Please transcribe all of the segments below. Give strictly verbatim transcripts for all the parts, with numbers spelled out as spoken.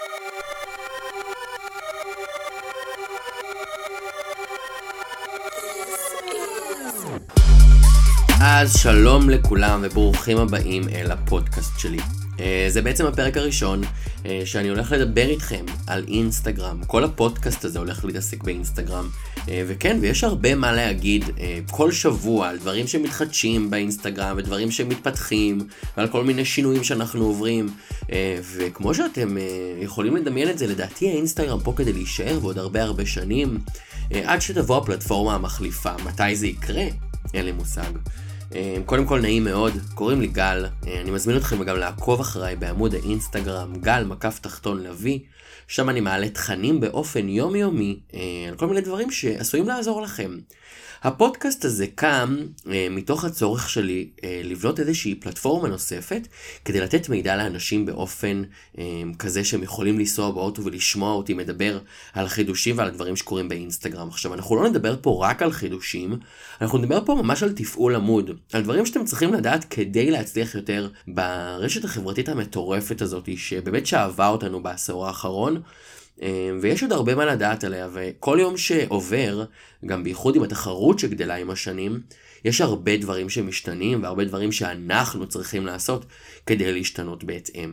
אז שלום לכולם וברוכים הבאים אל הפודקאסט שלי. זה בעצם הפרק הראשון שאני הולך לדבר איתכם על אינסטגרם. כל הפודקאסט הזה הולך להתעסק באינסטגרם. וכן, ויש הרבה מה להגיד כל שבוע על דברים שמתחדשים באינסטגרם ודברים שמתפתחים ועל כל מיני שינויים שאנחנו עוברים. וכמו שאתם יכולים לדמיין את זה, לדעתי האינסטגרם פה כדי להישאר ועוד הרבה הרבה שנים, עד שתבוא הפלטפורמה המחליפה. מתי זה יקרה? אין לי מושג. קודם כל נעים מאוד, קוראים לי גל, אני מזמין אתכם גם לעקוב אחריי בעמוד האינסטגרם גל מקף תחתון לוי, שם אני מעלה תכנים באופן יומיומי על כל מיני דברים שעשויים לעזור לכם. הפודקאסט הזה קם מתוך הצורך שלי לבנות איזושהי פלטפורמה נוספת כדי לתת מידע לאנשים באופן כזה שהם יכולים לנסוע באוטו ולשמוע אותי מדבר על החידושים ועל הדברים שקורים באינסטגרם. עכשיו, אנחנו לא נדבר פה רק על חידושים, אנחנו נדבר פה ממש על תפעול עמוד, על דברים שאתם צריכים לדעת כדי להצליח יותר ברשת החברתית המטורפת הזאת שבאמת שאהבה אותנו בעשור האחרון. ויש עוד הרבה מה לדעת עליה, וכל יום שעובר, גם בייחוד עם התחרות שגדלה עם השנים, יש הרבה דברים שמשתנים והרבה דברים שאנחנו צריכים לעשות כדי להשתנות בהתאם.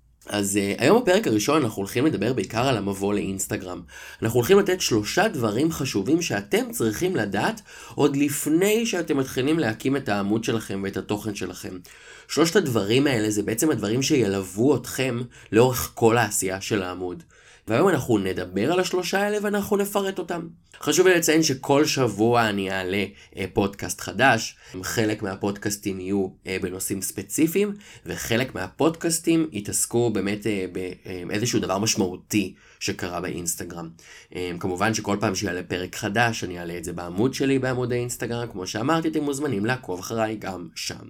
אז uh, היום בפרק הראשון אנחנו הולכים לדבר בעיקר על המבוא לאינסטגרם. אנחנו הולכים לתת שלושה דברים חשובים שאתם צריכים לדעת עוד לפני שאתם מתחילים להקים את העמוד שלכם ואת התוכן שלכם. שלושת הדברים האלה זה בעצם הדברים שילוו אתכם לאורך כל העשייה של העמוד. והיום אנחנו נדבר על השלושה האלה ואנחנו נפרט אותם. חשוב לי לציין שכל שבוע אני אעלה אה, פודקאסט חדש. חלק מהפודקאסטים יהיו אה, בנושאים ספציפיים, וחלק מהפודקאסטים יתעסקו באמת אה, באיזשהו דבר משמעותי שקרה באינסטגרם. אה, כמובן שכל פעם שיעלה פרק חדש אני אעלה את זה בעמוד שלי, בעמוד האינסטגרם. כמו שאמרתי, אתם מוזמנים לעקוב אחריי גם שם.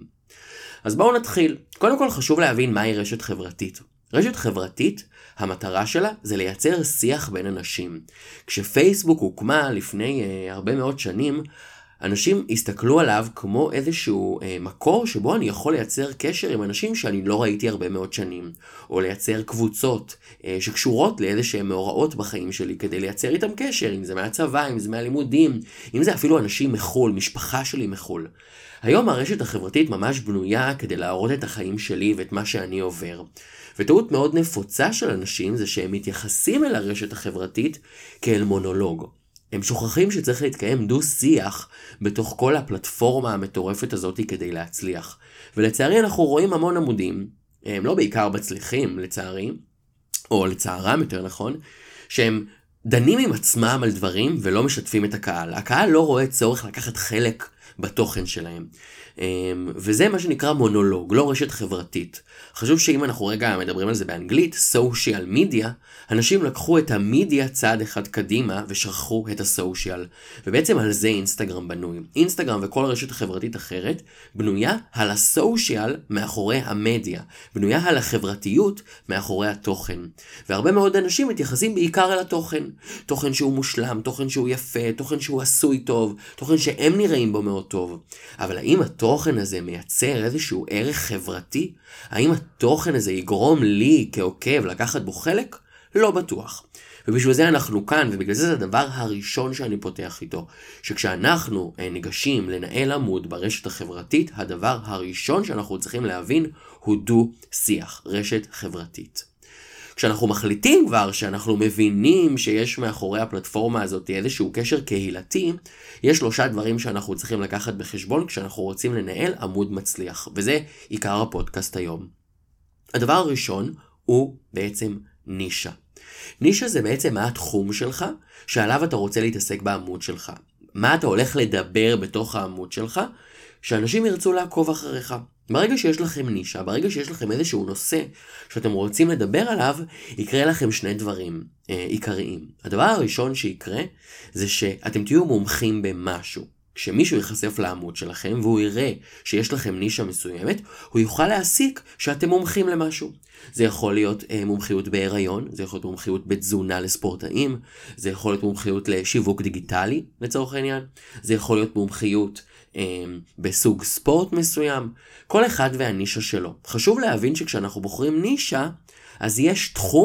אז בואו נתחיל. קודם כל חשוב להבין מהי רשת חברתית. רשת חברתית, המטרה שלה זה לייצר שיח בין אנשים. כשפייסבוק הוקמה לפני אה, הרבה מאוד שנים, אנשים הסתכלו עליו כמו איזשהו אה, מקור שבו אני יכול לייצר קשר עם אנשים שאני לא ראיתי הרבה מאוד שנים, או לייצר קבוצות אה, שקשורות לאיזשהם מאורעות בחיים שלי כדי לייצר איתם קשר, אם זה מהצבא, אם זה מהלימודים, אם זה אפילו אנשים מחול, משפחה שלי מחול. היום הרשת החברתית ממש בנויה כדי להראות את החיים שלי ואת מה שאני עובר. וטעות מאוד נפוצה של אנשים זה שהם מתייחסים אל הרשת החברתית כאל מונולוג. הם שוכחים שצריך להתקיים דו שיח בתוך כל הפלטפורמה המטורפת הזאת כדי להצליח. ולצערי אנחנו רואים המון עמודים, הם לא בעיקר מצליחים לצערי, או לצערם יותר נכון, שהם דנים עם עצמם על דברים ולא משתפים את הקהל. הקהל לא רואה צורך לקחת חלק בתוכן שלהם. וזה מה שנקרא מונולוג, לא רשת חברתית. חשוב שאם אנחנו רגע מדברים על זה באנגלית, סושיאל מדיה, אנשים לקחו את המדיה צעד אחד קדימה ושכחו את הסושיאל. ובעצם על זה אינסטגרם בנוי. אינסטגרם וכל רשת חברתית אחרת בנויה על הסושיאל מאחורי המדיה. בנויה על החברתיות מאחורי התוכן. והרבה מאוד אנשים מתייחסים בעיקר על התוכן. תוכן שהוא מושלם, תוכן שהוא יפה, תוכן שהוא עשוי טוב, תוכן שהם נראים בו מאוד טוב. אבל האם התוכן הזה מייצר איזשהו ערך חברתי? האם התוכן הזה יגרום לי כעוקב לקחת בו חלק? לא בטוח. ובשביל זה אנחנו כאן, ובגלל זה זה הדבר הראשון שאני פותח איתו. שכשאנחנו ניגשים לנהל עמוד ברשת החברתית, הדבר הראשון שאנחנו צריכים להבין הוא דו שיח, רשת חברתית. כשאנחנו מחליטים כבר שאנחנו מבינים שיש מאחורי הפלטפורמה הזאת איזשהו קשר קהילתי, יש שלושה דברים שאנחנו צריכים לקחת בחשבון כשאנחנו רוצים לנהל עמוד מצליח, וזה עיקר הפודקאסט היום. הדבר הראשון הוא בעצם נישה. נישה זה בעצם מה התחום שלך שעליו אתה רוצה להתעסק בעמוד שלך. מה אתה הולך לדבר בתוך העמוד שלך שאנשים ירצו לעקוב אחריך. ברגע שיש לכם נישה, ברגע שיש לכם איזשהו נושא שאתם רוצים לדבר עליו, יקרה לכם שני דברים אה, עיקריים. הדבר הראשון שיקרה זה שאתם תהיו מומחים במשהו. כשמישהו ייחשף לעמוד שלכם והוא יראה שיש לכם נישה מסוימת, הוא יוכל להסיק שאתם מומחים למשהו. זה יכול להיות אה, מומחיות בהיריון, זה יכול להיות מומחיות בתזונה לספורטאים, זה יכול להיות מומחיות לשיווק דיגיטלי לצורך העניין, זה יכול להיות מומחיות אה, בסוג ספורט מסוים, כל אחד והנישה שלו. חשוב להבין שכשאנחנו בוחרים נישה, אז יש תחום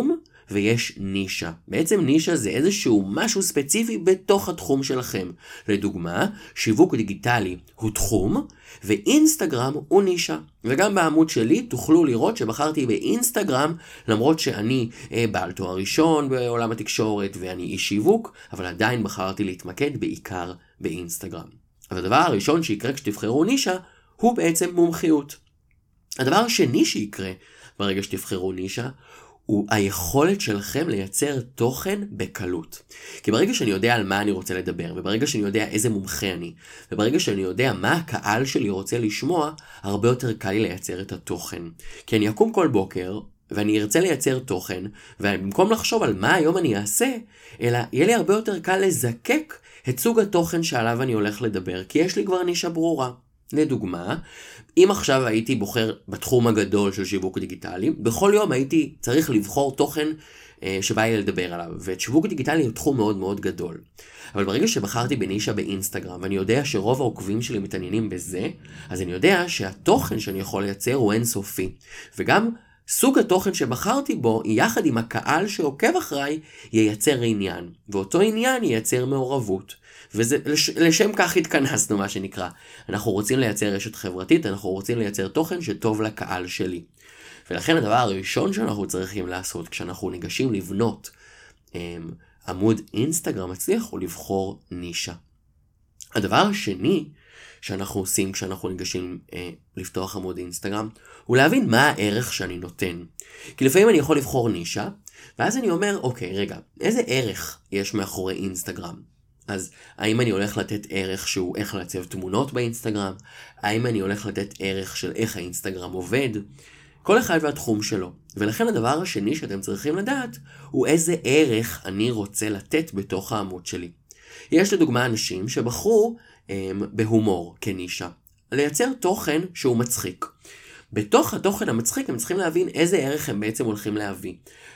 ויש נישה. בעצם נישה זה איזשהו משהו ספציפי בתוך התחום שלכם. לדוגמה, שיווק דיגיטלי הוא תחום, ואינסטגרם הוא נישה. וגם בעמוד שלי תוכלו לראות שבחרתי באינסטגרם, למרות שאני אה, בעל תואר ראשון בעולם התקשורת ואני איש שיווק, אבל עדיין בחרתי להתמקד בעיקר באינסטגרם. אבל הדבר הראשון שיקרה כשתבחרו נישה, הוא בעצם מומחיות. הדבר השני שיקרה ברגע שתבחרו נישה, הוא היכולת שלכם לייצר תוכן בקלות. כי ברגע שאני יודע על מה אני רוצה לדבר, וברגע שאני יודע איזה מומחה אני, וברגע שאני יודע מה הקהל שלי רוצה לשמוע, הרבה יותר קל לי לייצר את התוכן. כי אני אקום כל בוקר, ואני ארצה לייצר תוכן, ובמקום לחשוב על מה היום אני אעשה, אלא יהיה לי הרבה יותר קל לזקק את סוג התוכן שעליו אני הולך לדבר, כי יש לי כבר נישה ברורה. לדוגמה, אם עכשיו הייתי בוחר בתחום הגדול של שיווק דיגיטלי, בכל יום הייתי צריך לבחור תוכן אה, שבא לי לדבר עליו, ואת שיווק דיגיטלי הוא תחום מאוד מאוד גדול. אבל ברגע שבחרתי בנישה באינסטגרם, ואני יודע שרוב העוקבים שלי מתעניינים בזה, אז אני יודע שהתוכן שאני יכול לייצר הוא אינסופי. וגם סוג התוכן שבחרתי בו, יחד עם הקהל שעוקב אחריי, ייצר עניין. ואותו עניין ייצר מעורבות. ולשם כך התכנסנו, מה שנקרא. אנחנו רוצים לייצר רשת חברתית, אנחנו רוצים לייצר תוכן שטוב לקהל שלי. ולכן הדבר הראשון שאנחנו צריכים לעשות, כשאנחנו ניגשים לבנות הם, עמוד אינסטגרם מצליח, הוא לבחור נישה. הדבר השני שאנחנו עושים כשאנחנו ניגשים אה, לפתוח עמוד אינסטגרם, הוא להבין מה הערך שאני נותן. כי לפעמים אני יכול לבחור נישה, ואז אני אומר, אוקיי, רגע, איזה ערך יש מאחורי אינסטגרם? אז האם אני הולך לתת ערך שהוא איך לעצב תמונות באינסטגרם? האם אני הולך לתת ערך של איך האינסטגרם עובד? כל אחד והתחום שלו. ולכן הדבר השני שאתם צריכים לדעת, הוא איזה ערך אני רוצה לתת בתוך העמוד שלי. יש לדוגמה אנשים שבחרו הם, בהומור כנישה, לייצר תוכן שהוא מצחיק. בתוך התוכן המצחיק הם צריכים להבין איזה ערך הם בעצם הולכים להביא.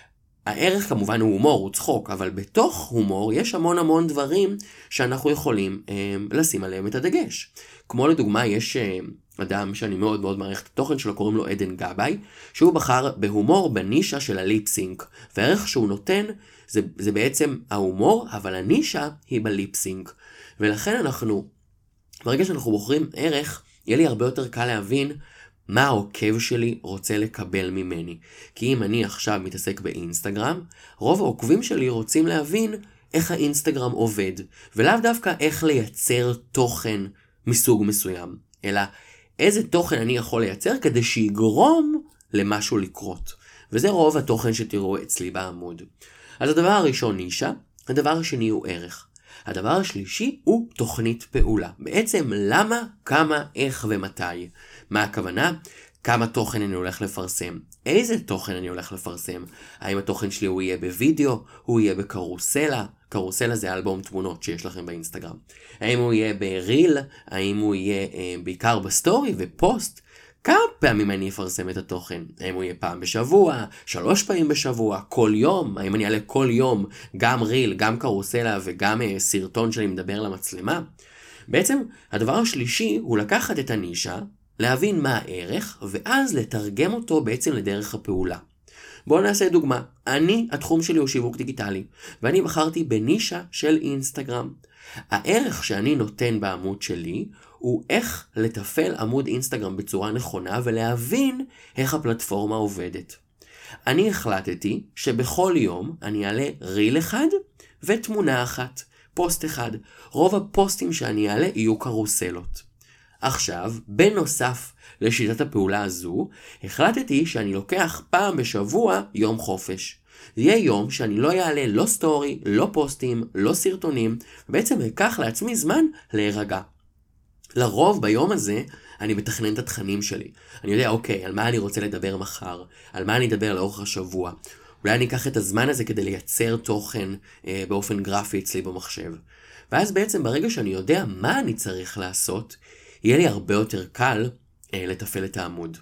הערך כמובן הוא הומור, הוא צחוק, אבל בתוך הומור יש המון המון דברים שאנחנו יכולים הם, לשים עליהם את הדגש. כמו לדוגמה יש הם, אדם שאני מאוד מאוד מעריך את התוכן שלו, קוראים לו עדן גבאי, שהוא בחר בהומור בנישה של הליפסינק. והערך שהוא נותן זה, זה בעצם ההומור, אבל הנישה היא בליפסינק. ולכן אנחנו, ברגע שאנחנו בוחרים ערך, יהיה לי הרבה יותר קל להבין מה העוקב שלי רוצה לקבל ממני. כי אם אני עכשיו מתעסק באינסטגרם, רוב העוקבים שלי רוצים להבין איך האינסטגרם עובד, ולאו דווקא איך לייצר תוכן מסוג מסוים, אלא איזה תוכן אני יכול לייצר כדי שיגרום למשהו לקרות. וזה רוב התוכן שתראו אצלי בעמוד. אז הדבר הראשון נישה, הדבר השני הוא ערך. הדבר השלישי הוא תוכנית פעולה. בעצם למה, כמה, איך ומתי. מה הכוונה? כמה תוכן אני הולך לפרסם. איזה תוכן אני הולך לפרסם? האם התוכן שלי הוא יהיה בווידאו? הוא יהיה בקרוסלה? קרוסלה זה אלבום תמונות שיש לכם באינסטגרם. האם הוא יהיה בריל? האם הוא יהיה אה, בעיקר בסטורי ופוסט? כמה פעמים אני אפרסם את התוכן? האם הוא יהיה פעם בשבוע? שלוש פעמים בשבוע? כל יום? האם אני אעלה כל יום גם ריל, גם קרוסלה וגם אה, סרטון שאני מדבר למצלמה? בעצם הדבר השלישי הוא לקחת את הנישה, להבין מה הערך, ואז לתרגם אותו בעצם לדרך הפעולה. בואו נעשה דוגמה. אני, התחום שלי הוא שיווק דיגיטלי, ואני בחרתי בנישה של אינסטגרם. הערך שאני נותן בעמוד שלי, הוא איך לתפעל עמוד אינסטגרם בצורה נכונה, ולהבין איך הפלטפורמה עובדת. אני החלטתי שבכל יום אני אעלה ריל אחד, ותמונה אחת, פוסט אחד. רוב הפוסטים שאני אעלה יהיו קרוסלות. עכשיו, בנוסף לשיטת הפעולה הזו, החלטתי שאני לוקח פעם בשבוע יום חופש. זה יהיה יום שאני לא יעלה לא סטורי, לא פוסטים, לא סרטונים, ובעצם אקח לעצמי זמן להירגע. לרוב ביום הזה אני מתכנן את התכנים שלי. אני יודע, אוקיי, על מה אני רוצה לדבר מחר, על מה אני אדבר לאורך השבוע. אולי אני אקח את הזמן הזה כדי לייצר תוכן אה, באופן גרפי אצלי במחשב. ואז בעצם ברגע שאני יודע מה אני צריך לעשות, יהיה לי הרבה יותר קל אה, לתפעל את העמוד.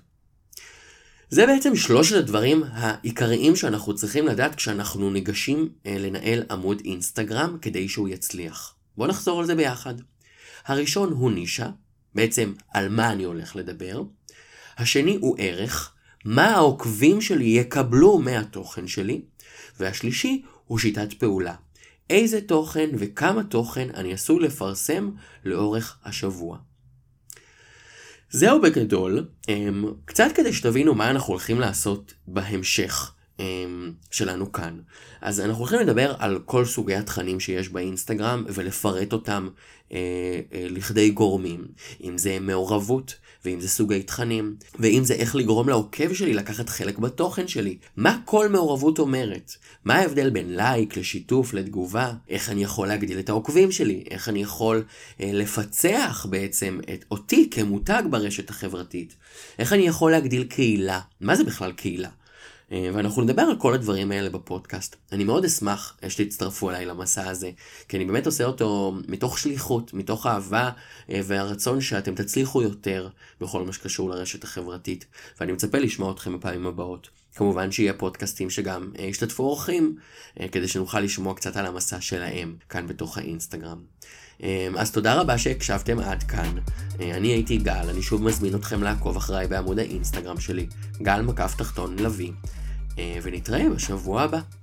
זה בעצם שלושת הדברים העיקריים שאנחנו צריכים לדעת כשאנחנו ניגשים אה, לנהל עמוד אינסטגרם כדי שהוא יצליח. בואו נחזור על זה ביחד. הראשון הוא נישה, בעצם על מה אני הולך לדבר. השני הוא ערך, מה העוקבים שלי יקבלו מהתוכן שלי. והשלישי הוא שיטת פעולה. איזה תוכן וכמה תוכן אני עשוי לפרסם לאורך השבוע. זהו בגדול, קצת כדי שתבינו מה אנחנו הולכים לעשות בהמשך שלנו כאן. אז אנחנו הולכים לדבר על כל סוגי התכנים שיש באינסטגרם ולפרט אותם אה, אה, לכדי גורמים. אם זה מעורבות, ואם זה סוגי תכנים, ואם זה איך לגרום לעוקב שלי לקחת חלק בתוכן שלי. מה כל מעורבות אומרת? מה ההבדל בין לייק לשיתוף לתגובה? איך אני יכול להגדיל את העוקבים שלי? איך אני יכול אה, לפצח בעצם את אותי כמותג ברשת החברתית? איך אני יכול להגדיל קהילה? מה זה בכלל קהילה? ואנחנו נדבר על כל הדברים האלה בפודקאסט. אני מאוד אשמח שתצטרפו אליי למסע הזה, כי אני באמת עושה אותו מתוך שליחות, מתוך אהבה והרצון שאתם תצליחו יותר בכל מה שקשור לרשת החברתית, ואני מצפה לשמוע אתכם בפעמים הבאות. כמובן שיהיה פודקאסטים שגם ישתתפו אורחים, כדי שנוכל לשמוע קצת על המסע שלהם כאן בתוך האינסטגרם. אז תודה רבה שהקשבתם עד כאן. אני הייתי גל, אני שוב מזמין אתכם לעקוב אחריי בעמוד האינסטגרם שלי, גל מקף תחתון לוי, ונתראה בשבוע הבא.